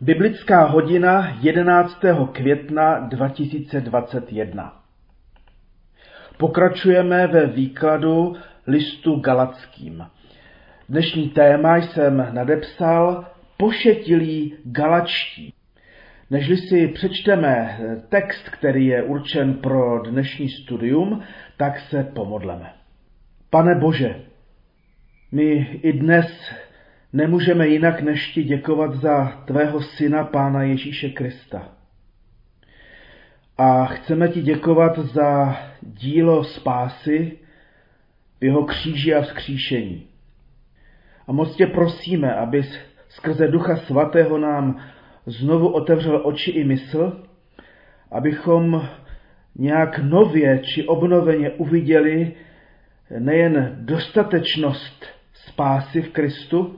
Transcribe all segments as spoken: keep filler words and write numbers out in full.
Biblická hodina jedenáctého května dva tisíce dvacet jedna. Pokračujeme ve výkladu listu Galatským. Dnešní téma jsem nadepsal Pošetilí Galačtí. Nežli si přečteme text, který je určen pro dnešní studium, tak se pomodleme. Pane Bože, my i dnes nemůžeme jinak než ti děkovat za tvého syna, Pána Ježíše Krista. A chceme ti děkovat za dílo spásy v jeho kříži a vzkříšení. A moc tě prosíme, abys skrze Ducha Svatého nám znovu otevřel oči i mysl, abychom nějak nově či obnoveně uviděli nejen dostatečnost spásy v Kristu,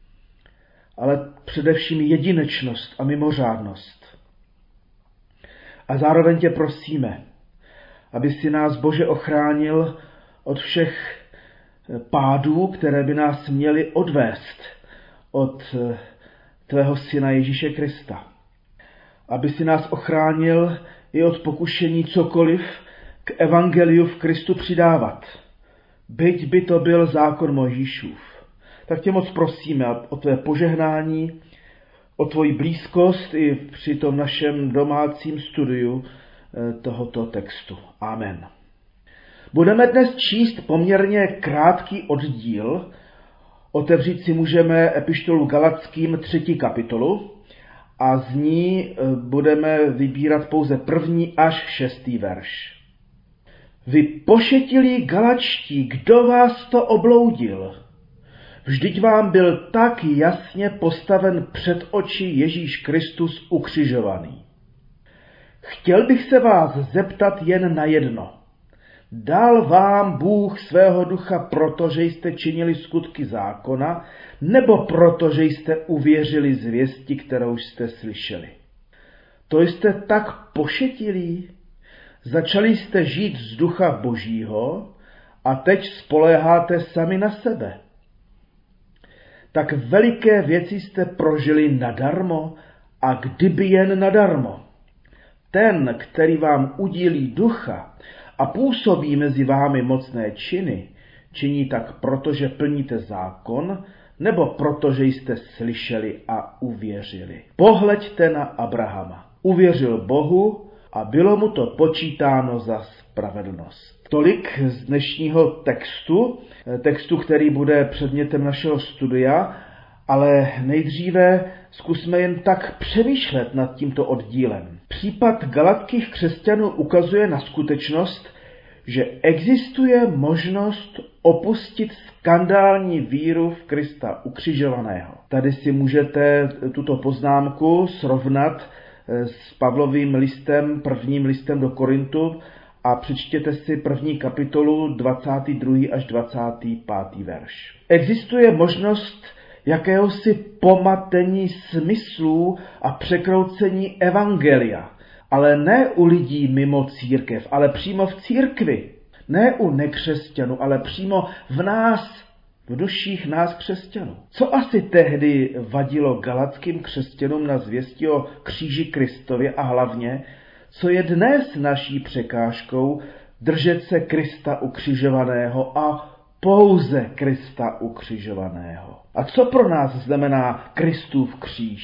ale především jedinečnost a mimořádnost. A zároveň tě prosíme, aby si nás, Bože, ochránil od všech pádů, které by nás měly odvést od tvého syna Ježíše Krista. Aby si nás ochránil i od pokušení cokoliv k evangeliu v Kristu přidávat. Byť by to byl zákon Mojžíšův. Tak tě moc prosíme o tvé požehnání, o tvoji blízkost i při tom našem domácím studiu tohoto textu. Amen. Budeme dnes číst poměrně krátký oddíl. Otevřít si můžeme epištolu Galatským třetí kapitolu a z ní budeme vybírat pouze první až šestý verš. Vy pošetilí Galačtí, kdo vás to obloudil? Vždyť vám byl tak jasně postaven před oči Ježíš Kristus ukřižovaný. Chtěl bych se vás zeptat jen na jedno. Dal vám Bůh svého ducha proto, že jste činili skutky zákona, nebo proto, že jste uvěřili zvěsti, kterou jste slyšeli? To jste tak pošetilí? Začali jste žít z ducha Božího a teď spoléháte sami na sebe. Tak veliké věci jste prožili nadarmo a kdyby jen nadarmo. Ten, který vám udílí ducha a působí mezi vámi mocné činy, činí tak proto, že plníte zákon, nebo proto, že jste slyšeli a uvěřili. Pohleďte na Abrahama. Uvěřil Bohu a bylo mu to počítáno za spravedlnost. Tolik z dnešního textu, textu, který bude předmětem našeho studia, ale nejdříve zkusme jen tak přemýšlet nad tímto oddílem. Případ galatkých křesťanů ukazuje na skutečnost, že existuje možnost opustit skandální víru v Krista ukřižovaného. Tady si můžete tuto poznámku srovnat s Pavlovým listem, prvním listem do Korintu a přečtěte si první kapitolu dvacátý druhý až dvacátý pátý verš. Existuje možnost jakéhosi pomatení smyslů a překroucení evangelia, ale ne u lidí mimo církev, ale přímo v církvi. Ne u nekřesťanů, ale přímo v nás, v duších nás křesťanů. Co asi tehdy vadilo galatským křesťanům na zvěsti o kříži Kristově a hlavně, co je dnes naší překážkou držet se Krista ukřižovaného a pouze Krista ukřižovaného. A co pro nás znamená Kristův kříž?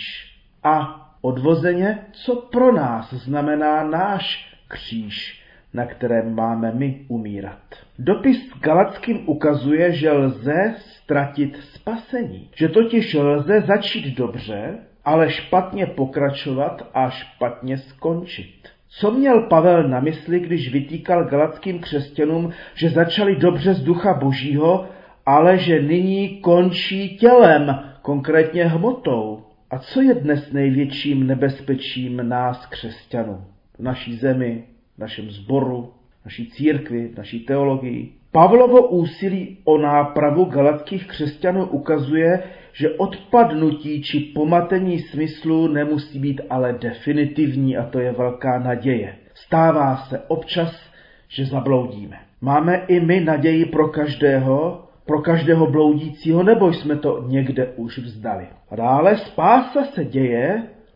A odvozeně, co pro nás znamená náš kříž, na kterém máme my umírat? Dopis Galatským ukazuje, že lze ztratit spasení. Že totiž lze začít dobře, ale špatně pokračovat a špatně skončit. Co měl Pavel na mysli, když vytýkal galatským křesťanům, že začali dobře z ducha Božího, ale že nyní končí tělem, konkrétně hmotou? A co je dnes největším nebezpečím nás křesťanů? V naší zemi, v našem sboru, v naší církvi, v naší teologii. Pavlovo úsilí o nápravu galatských křesťanů ukazuje, že odpadnutí či pomatení smyslu nemusí být ale definitivní a to je velká naděje. Stává se občas, že zabloudíme. Máme i my naději pro každého, pro každého bloudícího, nebo jsme to někde už vzdali. A dále spása se děje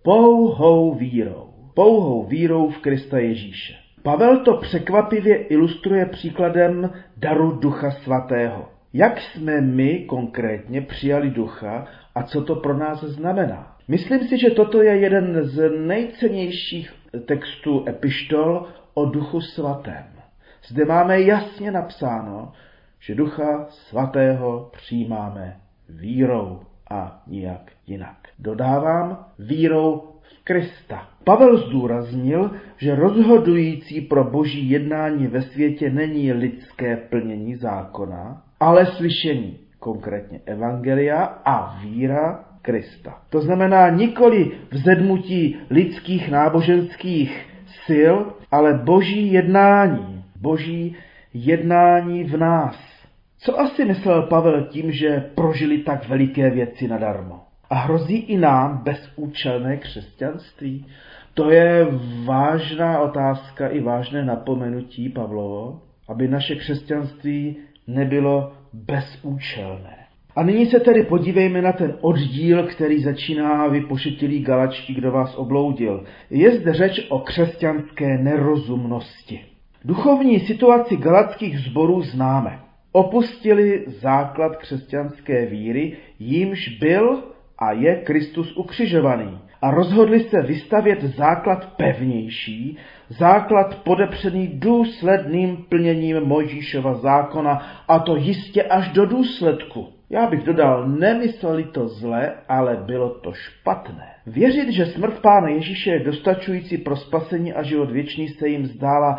pouhou vírou. Pouhou vírou v Krista Ježíše. Pavel to překvapivě ilustruje příkladem daru Ducha Svatého. Jak jsme my konkrétně přijali Ducha a co to pro nás znamená? Myslím si, že toto je jeden z nejcennějších textů epištol o Duchu Svatém. Zde máme jasně napsáno, že Ducha Svatého přijímáme vírou a nijak jinak. Dodávám vírou v Krista. Pavel zdůraznil, že rozhodující pro boží jednání ve světě není lidské plnění zákona, ale slyšení, konkrétně evangelia a víra Krista. To znamená nikoli vzedmutí lidských náboženských sil, ale boží jednání. Boží jednání v nás. Co asi myslel Pavel tím, že prožili tak veliké věci nadarmo? A hrozí i nám bezúčelné křesťanství? To je vážná otázka i vážné napomenutí Pavlovo, aby naše křesťanství nebylo bezúčelné. A nyní se tedy podívejme na ten oddíl, který začíná: vy pošetilí Galačtí, kdo vás obloudil. Je zde řeč o křesťanské nerozumnosti. Duchovní situaci galackých sborů známe. Opustili základ křesťanské víry, jímž byl a je Kristus ukřižovaný. A rozhodli se vystavět základ pevnější, základ podepřený důsledným plněním Mojžíšova zákona, a to jistě až do důsledku. Já bych dodal, nemysleli to zle, ale bylo to špatné. Věřit, že smrt Pána Ježíše je dostačující pro spasení a život věčný, se jim zdála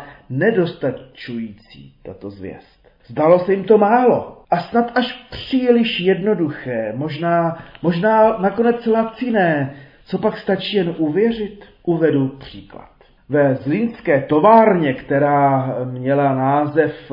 nedostačující tato zvěst. Zdalo se jim to málo a snad až příliš jednoduché, možná, možná nakonec laciné. Co pak stačí jen uvěřit? Uvedu příklad. Ve zlínské továrně, která měla název,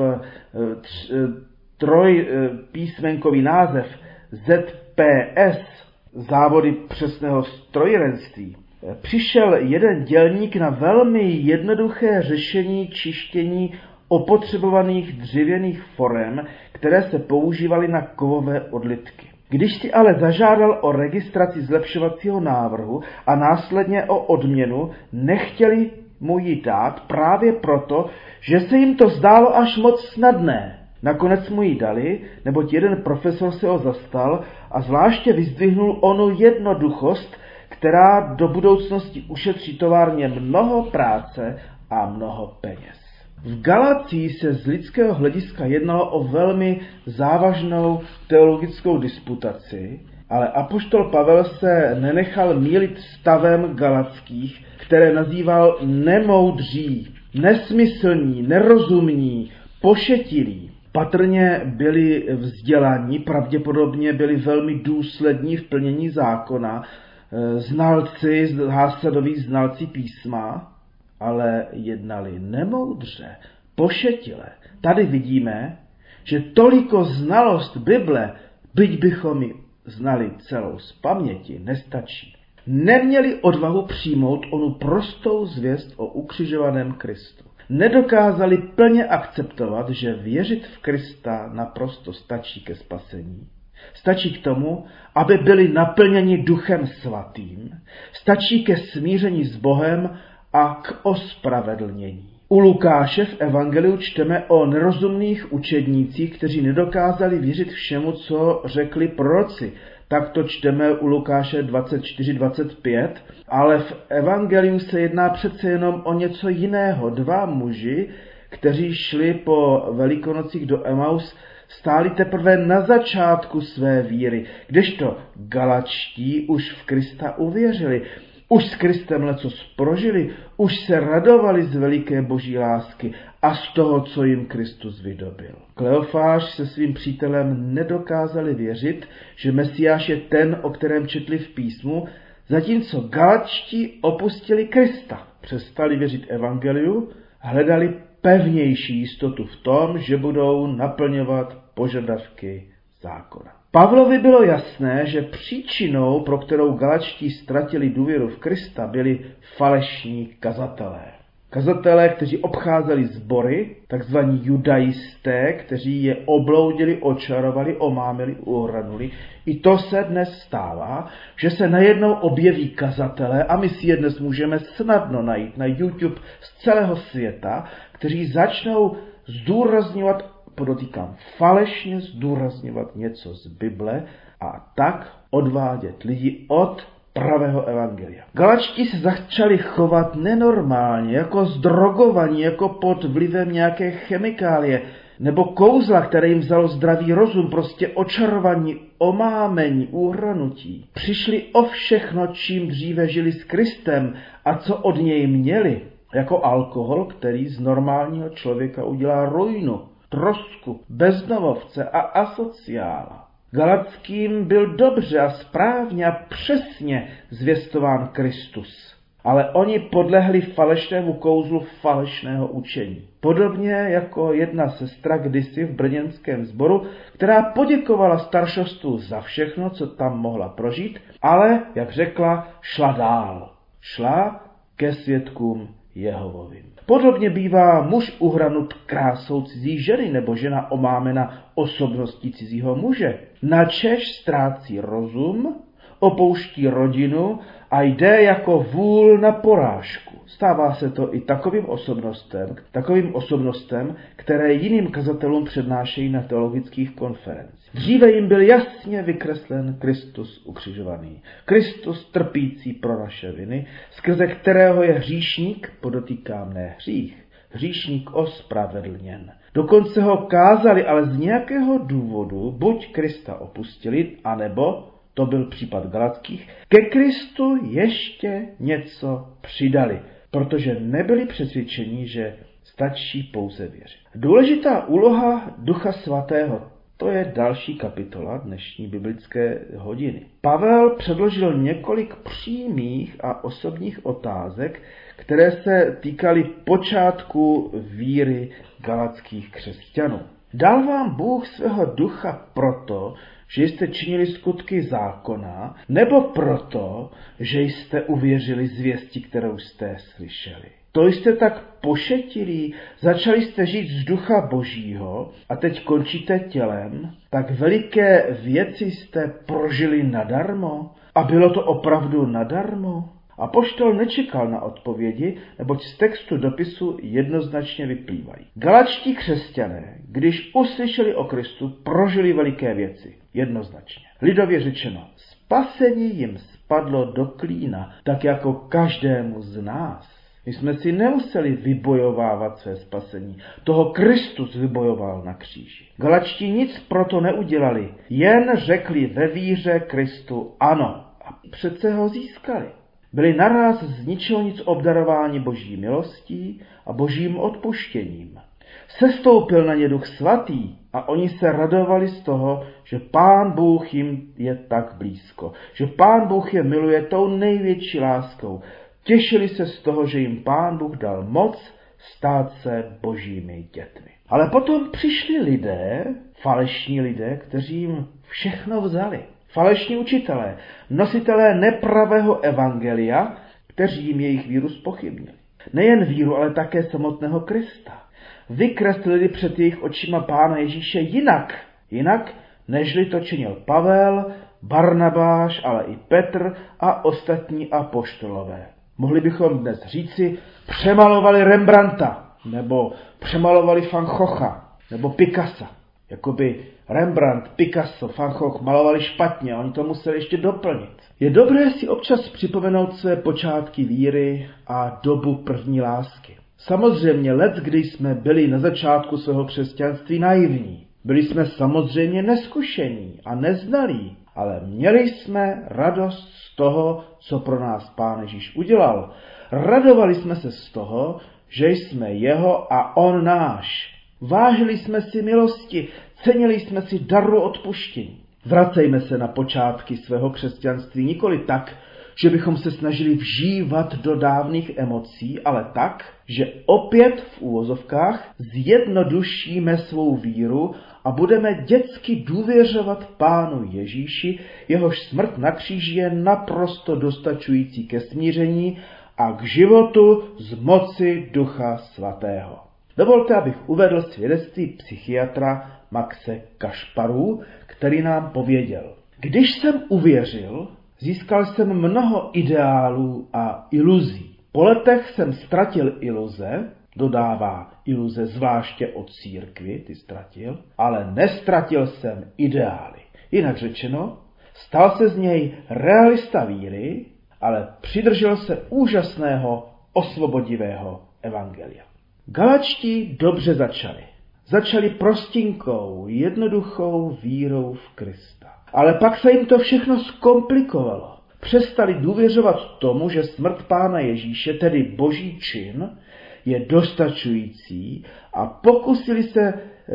trojpísmenkový název Z P S, závody přesného strojírenství, přišel jeden dělník na velmi jednoduché řešení čištění opotřebovaných dřevěných forem, které se používaly na kovové odlitky. Když si ale zažádal o registraci zlepšovacího návrhu a následně o odměnu, nechtěli mu ji dát právě proto, že se jim to zdálo až moc snadné. Nakonec mu ji dali, neboť jeden profesor se ho zastal a zvláště vyzdvihnul onu jednoduchost, která do budoucnosti ušetří továrně mnoho práce a mnoho peněz. V Galacii se z lidského hlediska jednalo o velmi závažnou teologickou disputaci, ale apoštol Pavel se nenechal mýlit stavem galackých, které nazýval nemoudří, nesmyslní, nerozumní, pošetilí. Patrně byli vzdělaní, pravděpodobně byli velmi důslední v plnění zákona, znalci, zásadoví znalci písma, ale jednali nemoudře, pošetile. Tady vidíme, že toliko znalost Bible, byť bychom ji znali celou z paměti, nestačí. Neměli odvahu přijmout onu prostou zvěst o ukřižovaném Kristu. Nedokázali plně akceptovat, že věřit v Krista naprosto stačí ke spasení. Stačí k tomu, aby byli naplněni Duchem Svatým. Stačí ke smíření s Bohem a k ospravedlnění. U Lukáše v evangeliu čteme o nerozumných učednících, kteří nedokázali věřit všemu, co řekli proroci. Tak to čteme u Lukáše dvacet čtyři dvacet pět, ale v evangeliu se jedná přece jenom o něco jiného. Dva muži, kteří šli po Velikonocích do Emaus, stáli teprve na začátku své víry, kdežto Galačtí už v Krista uvěřili. Už s Kristem lecos prožili, už se radovali z veliké boží lásky a z toho, co jim Kristus vydobil. Kleofáš se svým přítelem nedokázali věřit, že Mesiáš je ten, o kterém četli v písmu, zatímco Galačtí opustili Krista. Přestali věřit evangeliu, hledali pevnější jistotu v tom, že budou naplňovat požadavky zákona. Pavlovi bylo jasné, že příčinou, pro kterou Galačtí ztratili důvěru v Krista, byli falešní kazatelé. Kazatelé, kteří obcházeli sbory, takzvaní judaisté, kteří je obloudili, očarovali, omámili, uhranuli. I to se dnes stává, že se najednou objeví kazatelé, a my si je dnes můžeme snadno najít na YouTube z celého světa, kteří začnou zdůrazňovat, podotýkám, falešně zdůrazňovat něco z Bible a tak odvádět lidi od pravého evangelia. Galačtí se začali chovat nenormálně, jako zdrogovaní, jako pod vlivem nějaké chemikálie, nebo kouzla, které jim vzalo zdravý rozum, prostě očarovaní, omámení, uhranutí. Přišli o všechno, čím dříve žili s Kristem a co od něj měli, jako alkohol, který z normálního člověka udělá ruinu, trosku, bezdomovce a asociála. Galackým byl dobře a správně a přesně zvěstován Kristus, ale oni podlehli falešnému kouzlu falešného učení. Podobně jako jedna sestra kdysi v brněnském sboru, která poděkovala staršostu za všechno, co tam mohla prožít, ale, jak řekla, šla dál. Šla ke svědkům Jehovovým. Podobně bývá muž uhranut krásou cizí ženy nebo žena omámena osobností cizího muže. Načež ztrácí rozum, opouští rodinu a jde jako vůl na porážku. Stává se to i takovým osobnostem, takovým osobnostem, které jiným kazatelům přednášejí na teologických konferencích. Dříve jim byl jasně vykreslen Kristus ukřižovaný. Kristus trpící pro naše viny, skrze kterého je hříšník, podotýkám ne hřích, hříšník ospravedlněn. Dokonce ho kázali, ale z nějakého důvodu buď Krista opustili, anebo, to byl případ Galackých, ke Kristu ještě něco přidali, protože nebyli přesvědčeni, že stačí pouze věřit. Důležitá úloha Ducha Svatého, to je další kapitola dnešní biblické hodiny. Pavel předložil několik přímých a osobních otázek, které se týkaly počátku víry galackých křesťanů. Dal vám Bůh svého ducha proto, že jste činili skutky zákona, nebo proto, že jste uvěřili zvěsti, kterou jste slyšeli? To jste tak pošetilí, začali jste žít z ducha božího a teď končíte tělem, tak veliké věci jste prožili nadarmo a bylo to opravdu nadarmo? Apoštol nečekal na odpovědi, neboť z textu dopisu jednoznačně vyplývají. Galačtí křesťané, když uslyšeli o Kristu, prožili veliké věci. Jednoznačně. Lidově řečeno, spasení jim spadlo do klína, tak jako každému z nás. My jsme si nemuseli vybojovávat své spasení. Toho Kristus vybojoval na kříži. Galačtí nic proto neudělali, jen řekli ve víře Kristu ano. A přece ho získali. Byli naraz z ničeho nic obdarováni boží milostí a božím odpuštěním. Sestoupil na ně Duch Svatý a oni se radovali z toho, že Pán Bůh jim je tak blízko, že Pán Bůh je miluje tou největší láskou. Těšili se z toho, že jim Pán Bůh dal moc stát se božími dětmi. Ale potom přišli lidé, falešní lidé, kteří jim všechno vzali. Falešní učitelé, nositelé nepravého evangelia, kteří jim jejich víru zpochybnili. Nejen víru, ale také samotného Krista. Vykreslili před jejich očima Pána Ježíše jinak, jinak, nežli to činil Pavel, Barnabáš, ale i Petr a ostatní apoštolové. Mohli bychom dnes říci, přemalovali Rembrandta, nebo přemalovali Van Gogha, nebo Picassa. Jakoby Rembrandt, Picasso, Van Gogh malovali špatně, oni to museli ještě doplnit. Je dobré si občas připomenout své počátky víry a dobu první lásky. Samozřejmě let, kdy jsme byli na začátku svého křesťanství naivní. Byli jsme samozřejmě neskušení a neznalí, ale měli jsme radost z toho, co pro nás Pán Ježíš udělal. Radovali jsme se z toho, že jsme jeho a on náš. Vážili jsme si milosti, cenili jsme si daru odpuštění. Vracejme se na počátky svého křesťanství nikoli tak, že bychom se snažili vžívat do dávných emocí, ale tak, že opět v úvozovkách zjednodušíme svou víru a budeme dětsky důvěřovat Pánu Ježíši, jehož smrt na kříži je naprosto dostačující ke smíření a k životu z moci Ducha Svatého. Dovolte, abych uvedl svědectví psychiatra Maxe Kašparu, který nám pověděl. Když jsem uvěřil, získal jsem mnoho ideálů a iluzí. Po letech jsem ztratil iluze, dodává iluze zvláště od církvi, ty ztratil, ale nestratil jsem ideály. Jinak řečeno, stal se z něj realista víry, ale přidržel se úžasného, osvobodivého evangelia. Galačtí dobře začali. Začali prostinkou, jednoduchou vírou v Krista. Ale pak se jim to všechno zkomplikovalo. Přestali důvěřovat tomu, že smrt Pána Ježíše, tedy boží čin, je dostačující a pokusili se,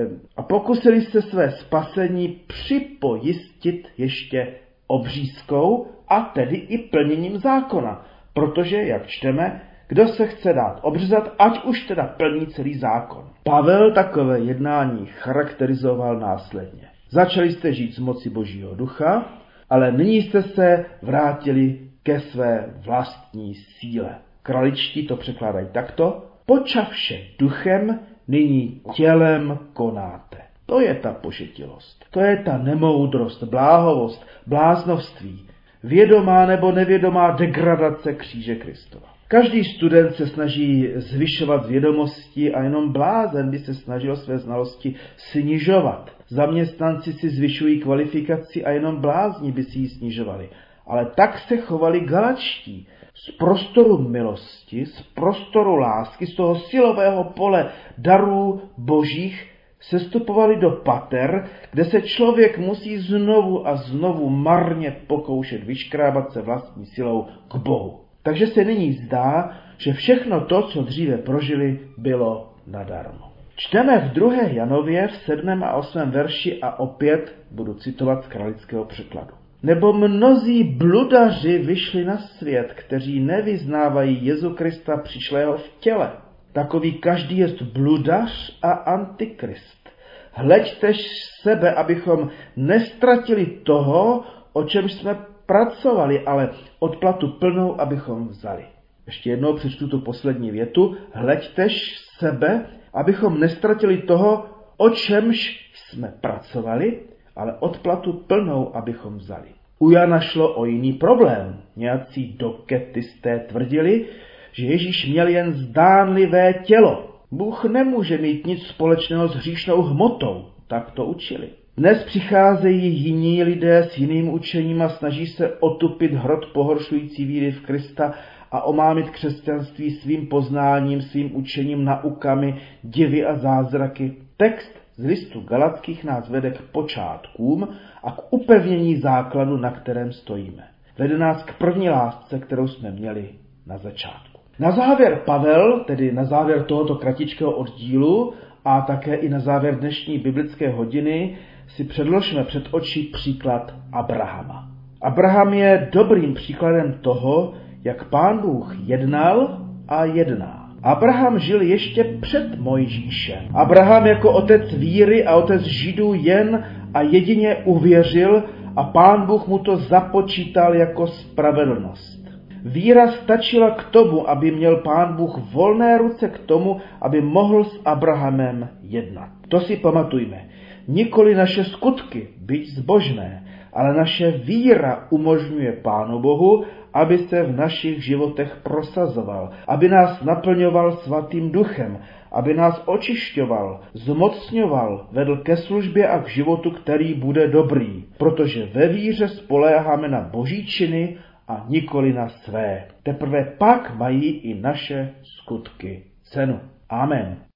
a pokusili se své spasení připojistit ještě obřízkou a tedy i plněním zákona. Protože, jak čteme, kdo se chce dát obřezat, ať už teda plní celý zákon. Pavel takové jednání charakterizoval následně. Začali jste žít z moci Božího ducha, ale nyní jste se vrátili ke své vlastní síle. Kraličtí to překládají takto. Počavše duchem, nyní tělem konáte. To je ta pošetilost. To je ta nemoudrost, bláhovost, bláznovství, vědomá nebo nevědomá degradace kříže Kristova. Každý student se snaží zvyšovat vědomosti a jenom blázen by se snažil své znalosti snižovat. Zaměstnanci si zvyšují kvalifikaci a jenom blázni by si ji snižovali. Ale tak se chovali galačtí. Z prostoru milosti, z prostoru lásky, z toho silového pole darů božích sestupovali do pater, kde se člověk musí znovu a znovu marně pokoušet vyškrábat se vlastní silou k Bohu. Takže se nyní zdá, že všechno to, co dříve prožili, bylo nadarmo. Čteme v druhé Janově v sedmém a osmém verši a opět budu citovat z kralického překladu. Nebo mnozí bludaři vyšli na svět, kteří nevyznávají Jezu Krista přišlého v těle. Takový každý jest bludař a antikrist. Hleďtež sebe, abychom nestratili toho, o čem jsme pracovali, ale odplatu plnou, abychom vzali. Ještě jednou přečtu tu poslední větu. Hleďtež sebe, abychom nestratili toho, o čemž jsme pracovali, ale odplatu plnou, abychom vzali. U Jana šlo o jiný problém. Nějací doketisté tvrdili, že Ježíš měl jen zdánlivé tělo. Bůh nemůže mít nic společného s hříšnou hmotou. Tak to učili. Dnes přicházejí jiní lidé s jiným učením a snaží se otupit hrot pohoršující víry v Krista a omámit křesťanství svým poznáním, svým učením, naukami, divy a zázraky. Text z listu Galatských nás vede k počátkům a k upevnění základu, na kterém stojíme. Vede nás k první lásce, kterou jsme měli na začátku. Na závěr Pavel, tedy na závěr tohoto kratičkého oddílu a také i na závěr dnešní biblické hodiny, si předložíme před oči příklad Abrahama. Abraham je dobrým příkladem toho, jak Pán Bůh jednal a jedná. Abraham žil ještě před Mojžíšem. Abraham jako otec víry a otec Židů jen a jedině uvěřil a Pán Bůh mu to započítal jako spravedlnost. Víra stačila k tomu, aby měl Pán Bůh volné ruce k tomu, aby mohl s Abrahamem jednat. To si pamatujme. Nikoli naše skutky, byť zbožné, ale naše víra umožňuje Pánu Bohu, aby se v našich životech prosazoval, aby nás naplňoval svatým duchem, aby nás očišťoval, zmocňoval, vedl ke službě a k životu, který bude dobrý, protože ve víře spoléháme na boží činy a nikoli na své. Teprve pak mají i naše skutky cenu. Amen.